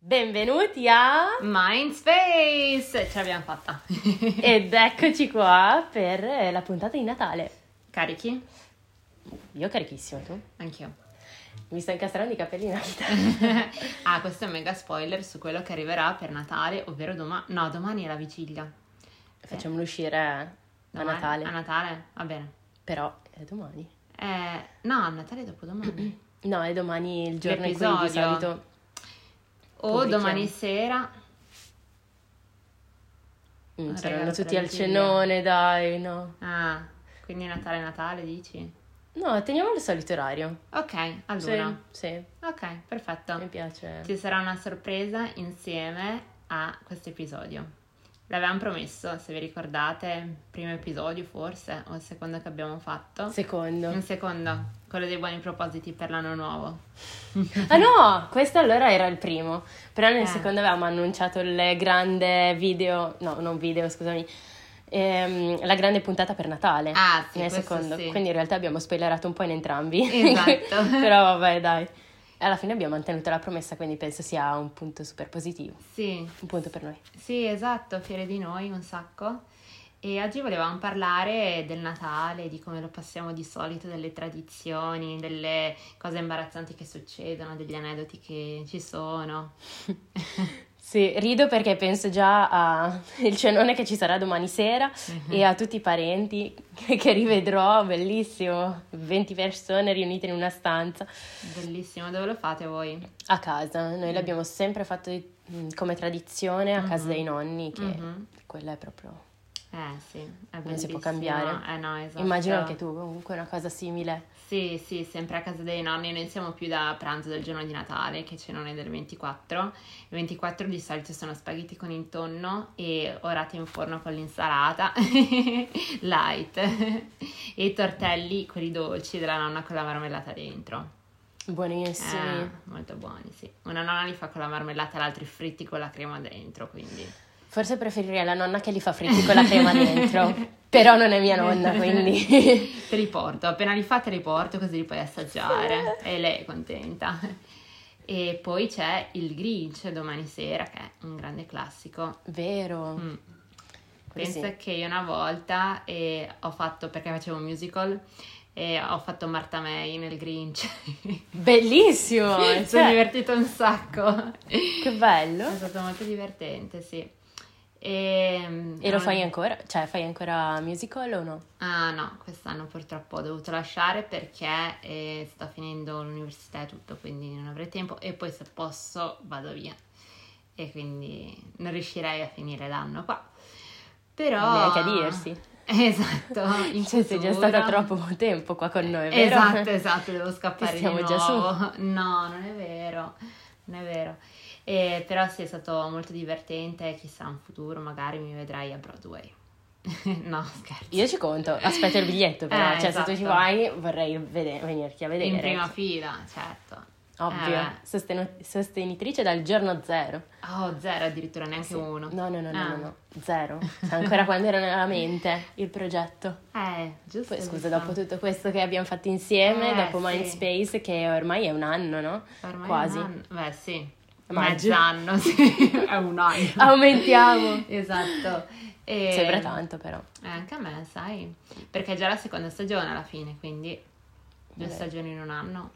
Benvenuti a Mindspace! Ce l'abbiamo fatta. Ed eccoci qua per la puntata di Natale. Carichi? Io carichissimo, tu? Anch'io. Mi sto incastrando i capelli in Natale. Questo è un mega spoiler su quello che arriverà per Natale, ovvero domani. No, domani è la vigilia. Facciamolo uscire a Natale. A Natale? Va bene. Però è domani. No, a Natale è dopodomani. No, è domani il giorno in cui L'episodio. di solito O pubblichiamo. domani sera. Saranno regalo tutti per al la vigilia. cenone, dai, no. Quindi Natale, dici? No, teniamo il solito orario. Ok, allora. Sì, Ok, perfetto. mi piace. Ci sarà una sorpresa insieme a questo episodio. L'avevamo promesso, se vi ricordate, primo episodio forse, o il secondo che abbiamo fatto. Secondo. Un secondo, quello dei buoni propositi per l'anno nuovo. Ah no, questo allora era il primo, però nel Eh. secondo avevamo annunciato il grande video, no, non video, scusami, la grande puntata per Natale. Ah, sì, nel questo secondo, sì. quindi in realtà abbiamo spoilerato un po' in entrambi. Esatto. Però vabbè, dai. Alla fine abbiamo mantenuto la promessa, quindi penso sia un punto super positivo, Sì, un punto per noi. sì, esatto, fiere di noi un sacco. E oggi volevamo parlare del Natale, di come lo passiamo di solito, delle tradizioni, delle cose imbarazzanti che succedono, degli aneddoti che ci sono. Sì, rido perché penso già al cenone che ci sarà domani sera e a tutti i parenti che rivedrò, bellissimo, 20 persone riunite in una stanza. Bellissimo, dove lo fate voi? A casa, noi l'abbiamo sempre fatto come tradizione a casa dei nonni, che quella è proprio, Sì, è non si può bellissimo. cambiare. No, esatto. Immagino anche tu, comunque una cosa simile. Sì, sempre a casa dei nonni, noi siamo più da pranzo del giorno di Natale, che cenone del 24. Il 24 di solito sono spaghetti con il tonno e orati in forno con l'insalata, light, e i tortelli, quelli dolci della nonna con la marmellata dentro. Buonissimi. Molto buoni, sì. Una nonna li fa con la marmellata e l'altra fritti con la crema dentro, quindi... Forse preferirei la nonna che li fa fritti con la crema dentro, però non è mia nonna, quindi... Te li porto, appena li fa te li porto così li puoi assaggiare e lei è contenta. E poi c'è il Grinch domani sera, che è un grande classico. Vero. Pensa Sì. che io una volta ho fatto, perché facevo un musical, e ho fatto Marta May nel Grinch. Bellissimo! Mi sono divertita un sacco. Che bello! È stato molto divertente, sì. E lo fai ancora? Cioè, fai ancora musical o no? Ah no, quest'anno purtroppo ho dovuto lasciare perché sto finendo l'università e tutto, quindi non avrei tempo e poi se posso vado via e quindi non riuscirei a finire l'anno qua. Però... Neanche a dirsi. Esatto, in Cioè, sei già futuro. stata troppo tempo qua con noi, vero? Esatto, devo scappare di Stiamo nuovo. già su. No, non è vero. Però sì, è stato molto divertente, chissà in futuro magari mi vedrai a Broadway. No, scherzo. Io ci conto, aspetto il biglietto però, cioè esatto. se tu ci vai vorrei venirti a vedere. In prima fila, certo. Ovvio, sostenitrice dal giorno zero. Oh, zero addirittura, neanche Sì. uno. No, zero. Ancora quando era nella mente il progetto. Giusto. Poi scusa, giusto. dopo tutto questo che abbiamo fatto insieme, dopo sì. Mindspace, che ormai è un anno, no? Ormai Quasi. un anno. Beh, sì. Maggio. Mezz'anno, sì. È un anno. Aumentiamo. Esatto. Sembra tanto però. Anche a me, sai. Perché è già la seconda stagione alla fine, quindi 2 Vabbè. stagioni in un anno.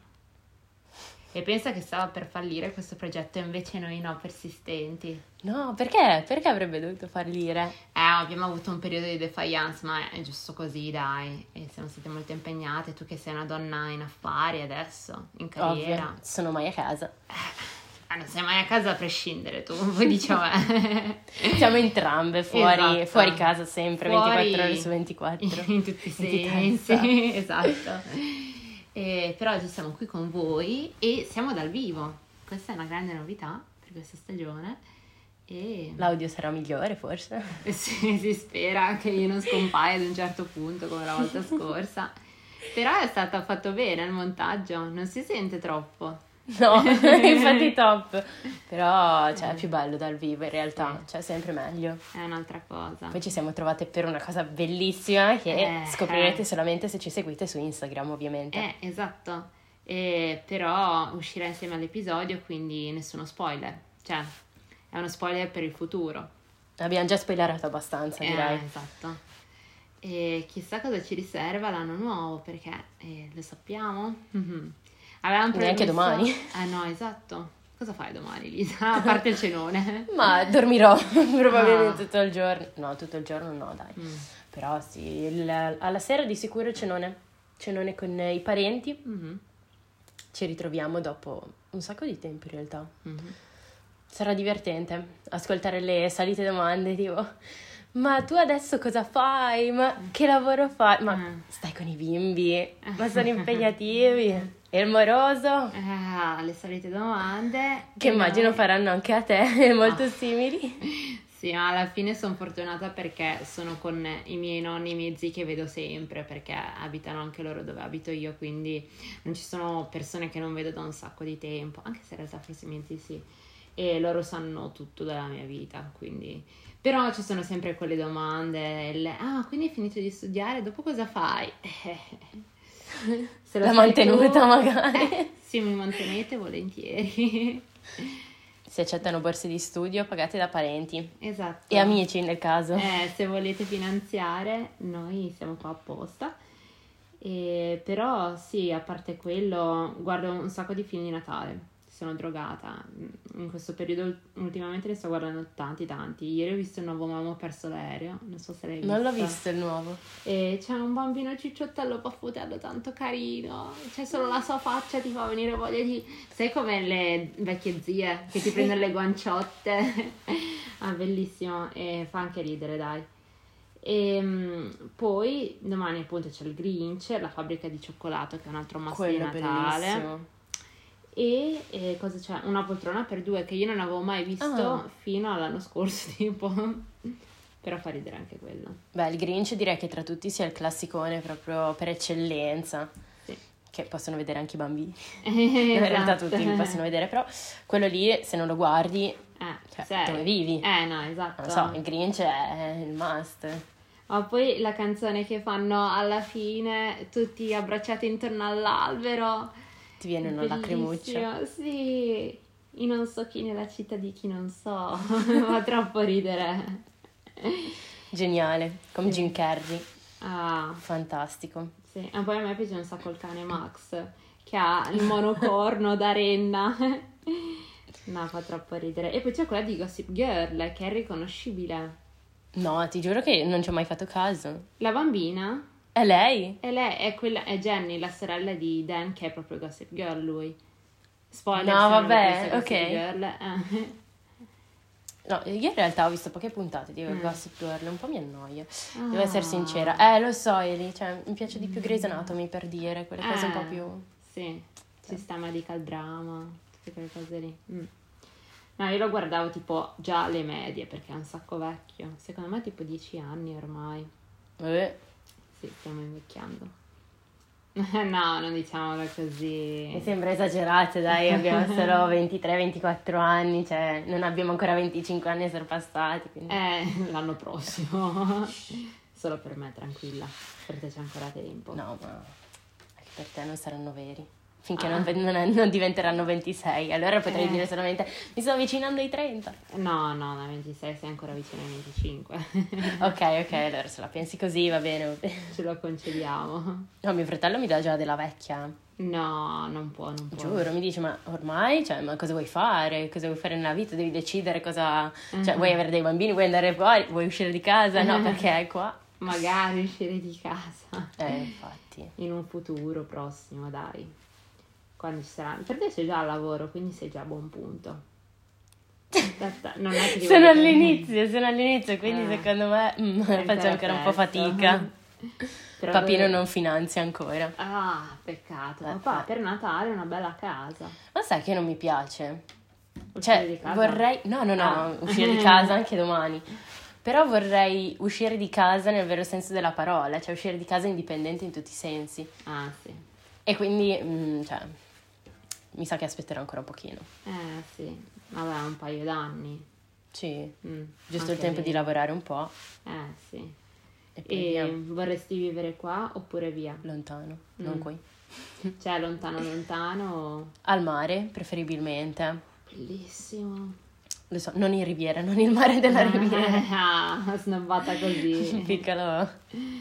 E pensa che stava per fallire questo progetto, invece noi no, persistenti. No, perché? Perché avrebbe dovuto fallire? Abbiamo avuto un periodo di defiance, ma è giusto così, dai. E siamo state molto impegnate. Tu che sei una donna in affari adesso, in carriera. Ovvio, sono mai a casa. Non sei mai a casa a prescindere tu, poi dici a me. Siamo entrambe fuori, Esatto. fuori casa sempre, Fuori 24 ore su 24. In tutti i In sensi, esatto. Però oggi siamo qui con voi e siamo dal vivo. Questa è una grande novità per questa stagione. E L'audio sarà migliore forse. si spera che io non scompaia ad un certo punto come la volta scorsa. Però è stato fatto bene il montaggio, non si sente troppo. No, infatti top. Però, cioè, è più bello dal vivo in realtà, Sì. cioè, sempre meglio. È un'altra cosa. Poi ci siamo trovate per una cosa bellissima che scoprirete solamente se ci seguite su Instagram, ovviamente. Esatto. Però uscirà insieme all'episodio, quindi nessuno spoiler. cioè, è uno spoiler per il futuro. Abbiamo già spoilerato abbastanza, direi. Esatto. E chissà cosa ci riserva l'anno nuovo, perché lo sappiamo. Avevamo Neanche domani. No, esatto. Cosa fai domani, Lisa? A parte il cenone. Ma dormirò probabilmente tutto il giorno. No, tutto il giorno no, dai. Però sì, alla sera di sicuro cenone con i parenti. Ci ritroviamo dopo un sacco di tempo in realtà. Sarà divertente ascoltare le solite domande tipo: ma tu adesso cosa fai? Ma che lavoro fai? Ma stai con i bimbi? Ma sono impegnativi? E il moroso? Le solite domande. Che immagino faranno anche a te, molto simili. Sì, ma alla fine sono fortunata perché sono con i miei nonni e i miei zii che vedo sempre, perché abitano anche loro dove abito io, quindi non ci sono persone che non vedo da un sacco di tempo, anche se in realtà forse i miei zii sì, e loro sanno tutto della mia vita, quindi... Però ci sono sempre quelle domande, quindi hai finito di studiare, dopo cosa fai? Se l'ha mantenuta magari. Sì, mi mantenete volentieri. Si accettano borse di studio pagate da parenti. Esatto. E amici nel caso. Se volete finanziare, noi siamo qua apposta. Però sì, a parte quello, guardo un sacco di film di Natale. Sono drogata. In questo periodo ultimamente ne sto guardando tanti. Ieri ho visto il nuovo Mamma ho perso l'aereo. Non so se l'hai visto. Non l'ho visto il nuovo. E c'è un bambino cicciottello paffutello tanto carino. C'è solo la sua faccia, ti fa venire voglia di... Sai come le vecchie zie che ti prendono le guanciotte? Bellissimo. E fa anche ridere, dai. E poi domani appunto c'è il Grinch, la fabbrica di cioccolato, che è un altro must di Natale. Bellissimo. E cosa c'è? Una poltrona per due che io non avevo mai visto fino all'anno scorso, tipo. Però fa ridere anche quello. Beh, il Grinch direi che tra tutti sia il classicone proprio per eccellenza. Sì. Che possono vedere anche i bambini. Esatto. In realtà tutti li possono vedere, però quello lì, se non lo guardi, dove vivi? No, esatto. Non so, il Grinch è il must. Ma poi la canzone che fanno alla fine, tutti abbracciati intorno all'albero. Ti viene una lacrimuccia. Sì, io non so chi nella città di chi non so. Fa troppo ridere. Geniale, come Jim Carrey. Fantastico. Sì, e poi a me piace un sacco il cane Max, che ha il monocorno da renna. No, fa troppo ridere. E poi c'è quella di Gossip Girl, che è riconoscibile. No, ti giuro che non ci ho mai fatto caso. La bambina? È lei? E lei è Jenny, la sorella di Dan, che è proprio Gossip Girl, lui. Spoiler. No, vabbè, ok. Girl. No, io in realtà ho visto poche puntate di Gossip Girl, un po' mi annoia, devo essere sincera. Lo so, Eli, cioè mi piace di più Grey's Anatomy, per dire, quelle cose un po' più... Sì, sistema medical drama, tutte quelle cose lì. No, io lo guardavo tipo già alle medie, perché è un sacco vecchio. Secondo me tipo 10 anni ormai. Sì, stiamo invecchiando. No, non diciamolo così. Mi sembra esagerato, dai, abbiamo solo 23-24 anni, cioè non abbiamo ancora 25 anni sorpassati. Quindi... l'anno prossimo. Solo per me, tranquilla, per te c'è ancora tempo. No, ma anche per te non saranno veri. Finché non diventeranno 26, allora potrei dire solamente mi sto avvicinando ai 30. No, da 26 sei ancora vicino ai 25. Ok, allora se la pensi così va bene. Ce lo concediamo. No, mio fratello mi dà già della vecchia. No, non può. Giuro, mi dice, ma ormai, cioè, ma cosa vuoi fare? Cosa vuoi fare nella vita? Devi decidere cosa... Cioè, vuoi avere dei bambini, vuoi andare fuori, vuoi uscire di casa? No, perché è qua. Magari uscire di casa. Infatti. In un futuro prossimo, dai. Quando ci sarà... Per te sei già al lavoro, quindi sei già a buon punto. Non è che sono all'inizio, quindi secondo me faccio ancora un po' fatica. Però Papino non finanzia ancora. Peccato. Ma qua per Natale una bella casa. Ma sai che non mi piace? Uscire di casa? Vorrei... No, uscire di casa anche domani. Però vorrei uscire di casa nel vero senso della parola, cioè uscire di casa indipendente in tutti i sensi. Sì. E quindi, mi sa che aspetterò ancora un pochino. Sì. Vabbè, un paio d'anni. Sì. Giusto il tempo di lavorare un po'. Sì. E vorresti vivere qua oppure via? Lontano, non qui. Cioè lontano? Al mare, preferibilmente. Bellissimo. lo so, non in Riviera, non il mare della Riviera. Snobbata così. Piccolo.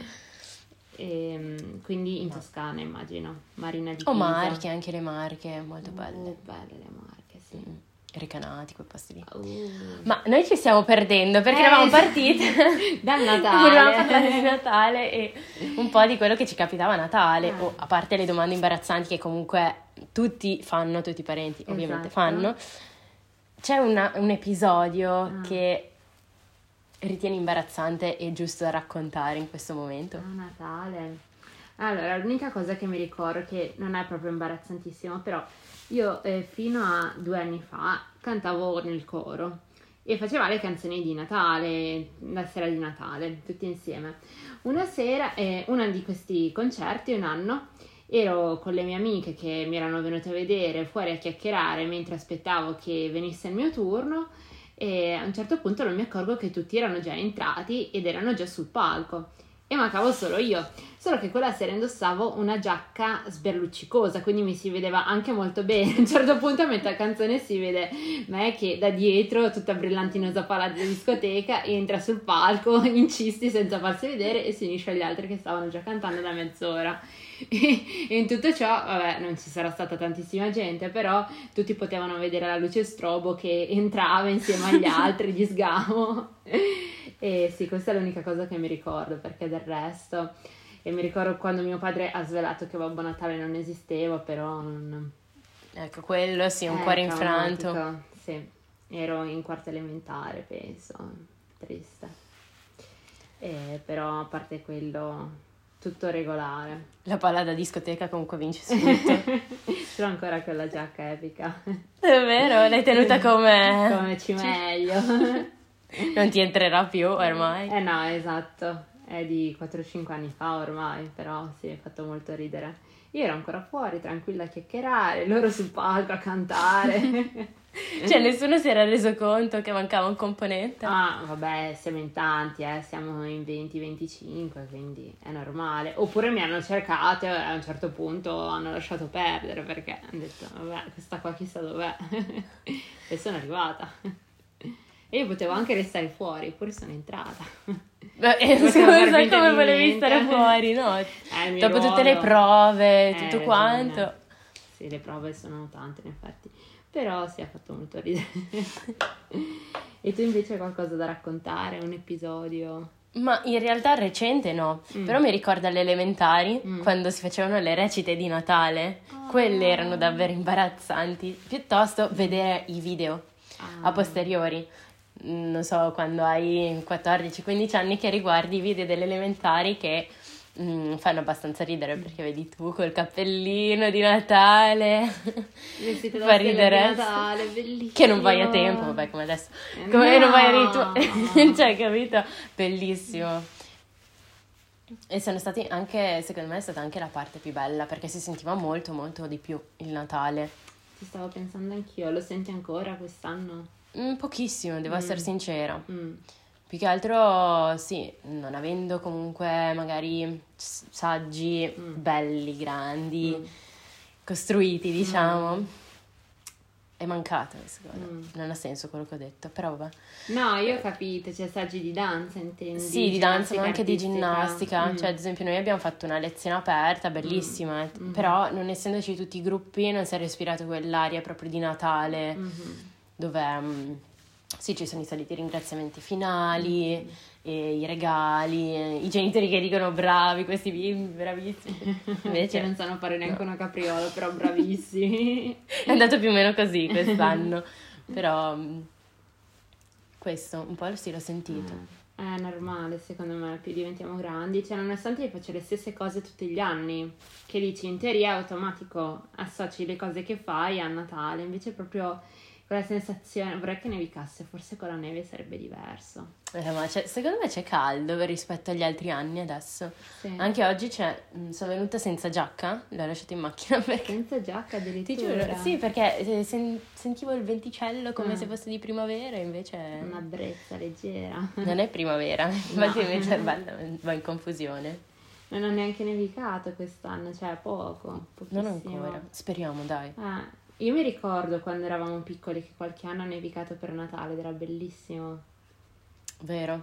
Quindi in Toscana, immagino. Marina di O Pisa. Marche, anche le Marche, molto belle. Belle le Marche, sì. Recanati, quei posti lì. Ma noi ci stiamo perdendo perché eravamo partite dal Natale. Volevamo parlare di Natale e un po' di quello che ci capitava a Natale, o a parte le domande imbarazzanti che comunque tutti i parenti ovviamente fanno. C'è un episodio che ritieni imbarazzante e giusto da raccontare in questo momento? A Natale. Allora, l'unica cosa che mi ricordo, che non è proprio imbarazzantissimo, però io fino a 2 anni fa cantavo nel coro e facevamo le canzoni di Natale, la sera di Natale, tutti insieme. Una sera, uno di questi concerti, un anno, ero con le mie amiche che mi erano venute a vedere fuori a chiacchierare mentre aspettavo che venisse il mio turno, e a un certo punto non mi accorgo che tutti erano già entrati ed erano già sul palco e mancavo solo io, solo che quella sera indossavo una giacca sberluccicosa, quindi mi si vedeva anche molto bene. A un certo punto a metà canzone si vede me che da dietro, tutta brillantinosa palla della discoteca, entra sul palco in cisti senza farsi vedere e si unisce agli altri che stavano già cantando da mezz'ora. E in tutto ciò, vabbè, non ci sarà stata tantissima gente, però tutti potevano vedere la luce strobo che entrava insieme agli altri di sgamo. E sì, questa è l'unica cosa che mi ricordo, perché del resto, e mi ricordo quando mio padre ha svelato che Babbo Natale non esisteva, però non... Ecco, quello sì, un cuore infranto. Sì, ero in quarta elementare, penso, triste. Però a parte quello, tutto regolare. La palla da discoteca comunque vince su tutto. Ce l'ho ancora quella giacca epica. È vero, l'hai tenuta come cimelio. Non ti entrerà più ormai. No, esatto, è di 4-5 anni fa ormai, però sì, ha fatto molto ridere. Io ero ancora fuori, tranquilla a chiacchierare, loro sul palco a cantare. Cioè nessuno si era reso conto che mancava un componente? Ah, vabbè, siamo in tanti, siamo in 20-25, quindi è normale. Oppure mi hanno cercato e a un certo punto hanno lasciato perdere perché hanno detto, vabbè, questa qua chissà dov'è. E sono arrivata. E io potevo anche restare fuori, eppure sono entrata. Beh, scusa, come volevi stare fuori, no? Dopo tutte le prove, tutto quanto. Sì, le prove sono tante in effetti, però sì, ha fatto molto ridere. E tu invece hai qualcosa da raccontare, un episodio? Ma in realtà recente no, però mi ricordo alle elementari, quando si facevano le recite di Natale, quelle erano davvero imbarazzanti, piuttosto vedere i video a posteriori. Non so, quando hai 14-15 anni che riguardi i video delle elementari che fanno abbastanza ridere, perché vedi tu col cappellino di Natale, fa ridere, Natale, bellissimo, che non vai a tempo, vabbè, come adesso, come non vai a rituale, cioè, capito? Bellissimo. E sono stati anche, secondo me è stata anche la parte più bella, perché si sentiva molto molto di più il Natale. Ci stavo pensando anch'io, lo senti ancora quest'anno? Pochissimo, devo essere sincera. Più che altro, sì, non avendo comunque magari saggi belli, grandi, costruiti, diciamo, è mancata questa cosa. Non ha senso quello che ho detto, però vabbè. No, io ho capito, c'è saggi di danza, intendi? Sì, di danza, ma anche di ginnastica. Cioè, ad esempio, noi abbiamo fatto una lezione aperta, bellissima, però non essendoci tutti i gruppi non si è respirato quell'aria proprio di Natale, dove sì, ci sono i soliti ringraziamenti finali, e i regali, i genitori che dicono bravi questi bimbi, bravissimi. Invece che non sanno fare neanche una capriola, però bravissimi. È andato più o meno così quest'anno, però questo un po' sì, l'ho sentito. È normale, secondo me, più diventiamo grandi, cioè nonostante io faccio le stesse cose tutti gli anni, che dici in teoria è automatico, associ le cose che fai a Natale, invece proprio quella sensazione, vorrei che nevicasse, forse con la neve sarebbe diverso. Ma secondo me c'è caldo rispetto agli altri anni adesso. Sì. Anche oggi sono venuta senza giacca, l'ho lasciata in macchina perché... Senza giacca addirittura? Ti giuro, sì, perché sentivo il venticello come se fosse di primavera, invece... Una brezza leggera. Non è primavera, infatti il mio cervello va in confusione. Non ho neanche nevicato quest'anno, cioè poco, pochissimo. Non ancora, speriamo dai. Io mi ricordo quando eravamo piccoli che qualche anno ha nevicato per Natale ed era bellissimo. Vero?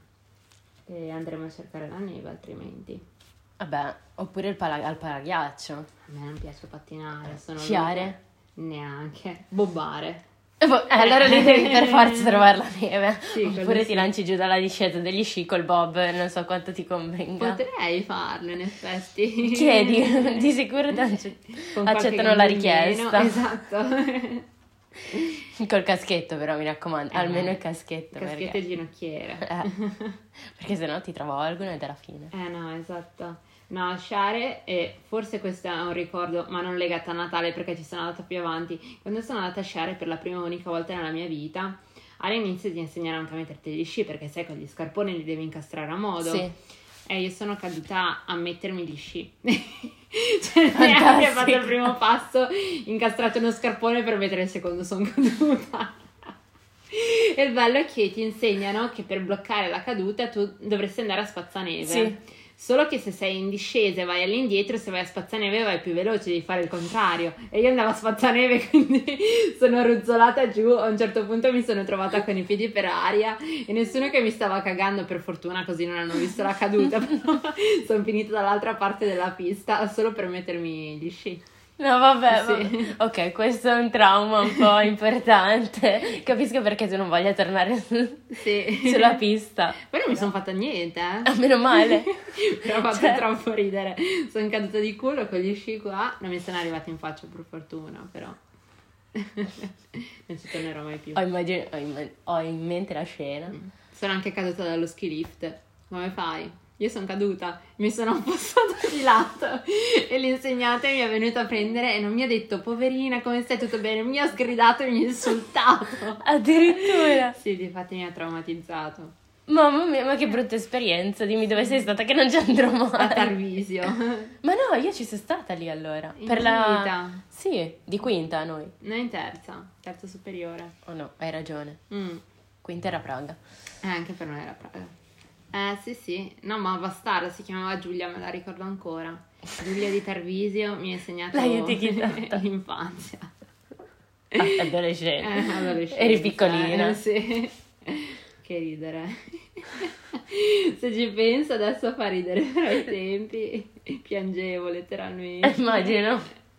E andremo a cercare la neve altrimenti. Vabbè, oppure al paraghiaccio. A me non piace pattinare, sono Sciare? Neanche. Bobbare. Allora lì devi per forza trovare la neve. Sì, Oppure ti sì. lanci giù dalla discesa degli sci col bob, non so quanto ti convenga. Potrei farlo in effetti. Chiedi, di sicuro Con qualche accettano la gambino in richiesta. meno, esatto. Col caschetto però, mi raccomando, almeno il caschetto. Caschetto e ginocchiere. Perché sennò ti travolgono ed è la fine. No, esatto. No, sciare, e forse questo è un ricordo, ma non legato a Natale perché ci sono andata più avanti. Quando sono andata a sciare per la prima e unica volta nella mia vita, all'inizio ti insegnano anche a metterti gli sci, perché sai, con gli scarponi li devi incastrare a modo. Sì. E io sono caduta a mettermi gli sci. Cioè, neanche ho fatto il primo passo, incastrato uno scarpone per mettere il secondo, sono caduta. E il bello è che ti insegnano che per bloccare la caduta tu dovresti andare a spazzaneve. Sì. Solo che se sei in discesa e vai all'indietro, se vai a spazzaneve vai più veloce, devi fare il contrario. E io andavo a spazzaneve, quindi sono ruzzolata giù. A un certo punto mi sono trovata con i piedi per aria e nessuno che mi stava cagando, per fortuna, così non hanno visto la caduta. Però sono finita dall'altra parte della pista solo per mettermi gli sci. No, vabbè, Sì. ok, questo è un trauma un po' importante. Capisco perché tu non voglia tornare Sì. sulla pista. Poi non mi sono fatta niente, Meno male. Però ha fatto troppo ridere. Sono caduta di culo con gli sci qua. Non mi sono arrivati in faccia, per fortuna, però non ci tornerò mai più. Ho in mente la scena. Sono anche caduta dallo ski lift. Come fai? Io sono caduta, mi sono appostata di lato e l'insegnante mi è venuta a prendere e non mi ha detto poverina come stai, tutto bene, mi ha sgridato e mi ha insultato. Addirittura. Sì, difatti mi ha traumatizzato. Mamma mia, ma che brutta esperienza. Dimmi dove sei stata che non ci andrò mai. A Tarvisio. Ma no, io ci sono stata lì allora. In Per quinta? Sì, di quinta noi. Noi in terza superiore. Oh no, hai ragione. Quinta era Praga. Anche per noi era Praga. Sì. No, ma Bastarda si chiamava Giulia, me la ricordo ancora. Giulia di Tarvisio mi ha insegnato L'hai etichettata. l'infanzia. Adolescente. Adolescenza. Eri piccolina. Sì. Che ridere. Se ci penso adesso fa ridere, però ai tempi piangevo letteralmente. Immagino.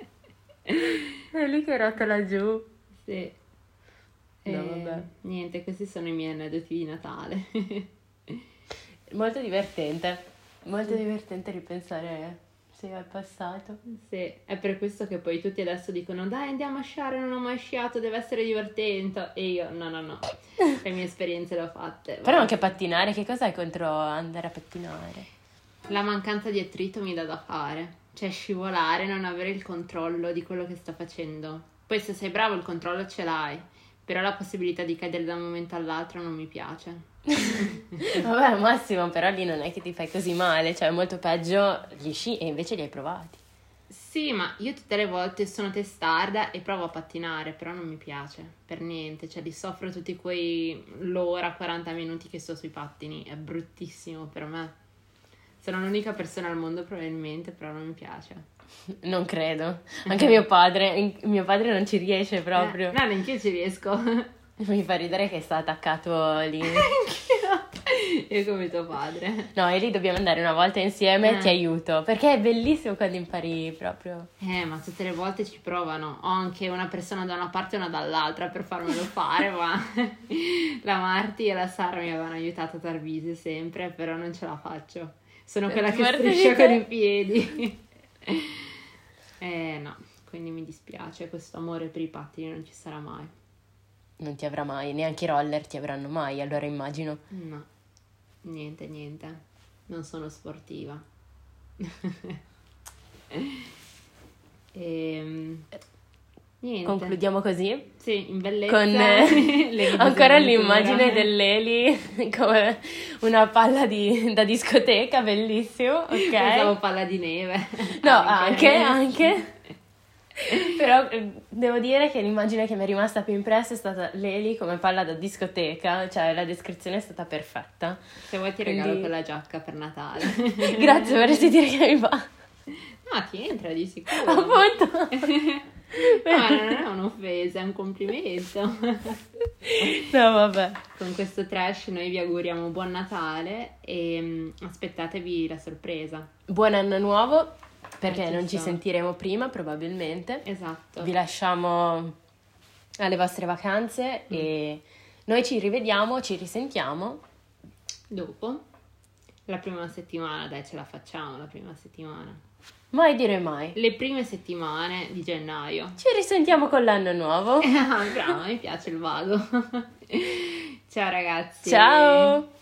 È lì che rotola giù. Sì. No, vabbè. Niente, questi sono i miei aneddoti di Natale. Molto divertente ripensare al passato. Sì, è per questo che poi tutti adesso dicono dai andiamo a sciare, non ho mai sciato, deve essere divertente. E io no, le mie esperienze le ho fatte. Però anche pattinare, che cosa hai contro andare a pattinare? La mancanza di attrito mi dà da fare, cioè scivolare, non avere il controllo di quello che sto facendo. Poi se sei bravo il controllo ce l'hai, però la possibilità di cadere da un momento all'altro non mi piace. Vabbè, al massimo, però lì non è che ti fai così male, cioè è molto peggio gli sci e invece li hai provati. Sì, ma io tutte le volte sono testarda e provo a pattinare, però non mi piace per niente, cioè li soffro tutti quei l'ora, 40 minuti che sto sui pattini, è bruttissimo per me. Sono l'unica persona al mondo probabilmente, però non mi piace. Non credo, anche mio padre non ci riesce proprio. No, neanche io ci riesco. Mi fa ridere che sta attaccato lì. Io come tuo padre. No, e lì dobbiamo andare una volta insieme e ti aiuto, perché è bellissimo quando impari proprio. Ma tutte le volte ci provano. Ho anche una persona da una parte e una dall'altra per farmelo fare, ma la Marti e la Sara mi avevano aiutato a Tarvisio sempre, però non ce la faccio. Sono quella che striscia con i piedi. No, quindi mi dispiace, questo amore per i pattini non ci sarà mai. Non ti avrà mai, neanche i roller ti avranno mai, allora immagino. No, niente, non sono sportiva. Niente. Concludiamo così? Sì, in bellezza. Con ancora l'immagine dell'Eli come una palla da discoteca, bellissimo, ok? Pensavo palla di neve. No, anche. Però devo dire che l'immagine che mi è rimasta più impressa è stata Leli come palla da discoteca, cioè la descrizione è stata perfetta. Se vuoi ti regalo quella giacca per Natale. Grazie, vorresti dire che mi va? No, ti entra di sicuro. Appunto. Ma non è un'offesa, è un complimento. No, vabbè. Con questo trash noi vi auguriamo buon Natale e aspettatevi la sorpresa. Buon anno nuovo, perché non ci so. sentiremo prima probabilmente. Esatto. Vi lasciamo alle vostre vacanze e noi ci rivediamo, ci risentiamo. Dopo, la prima settimana, dai, ce la facciamo la prima settimana. Mai dire mai. Le prime settimane di gennaio. Ci risentiamo con l'anno nuovo. Bravo, mi piace il vago. Ciao ragazzi. Ciao.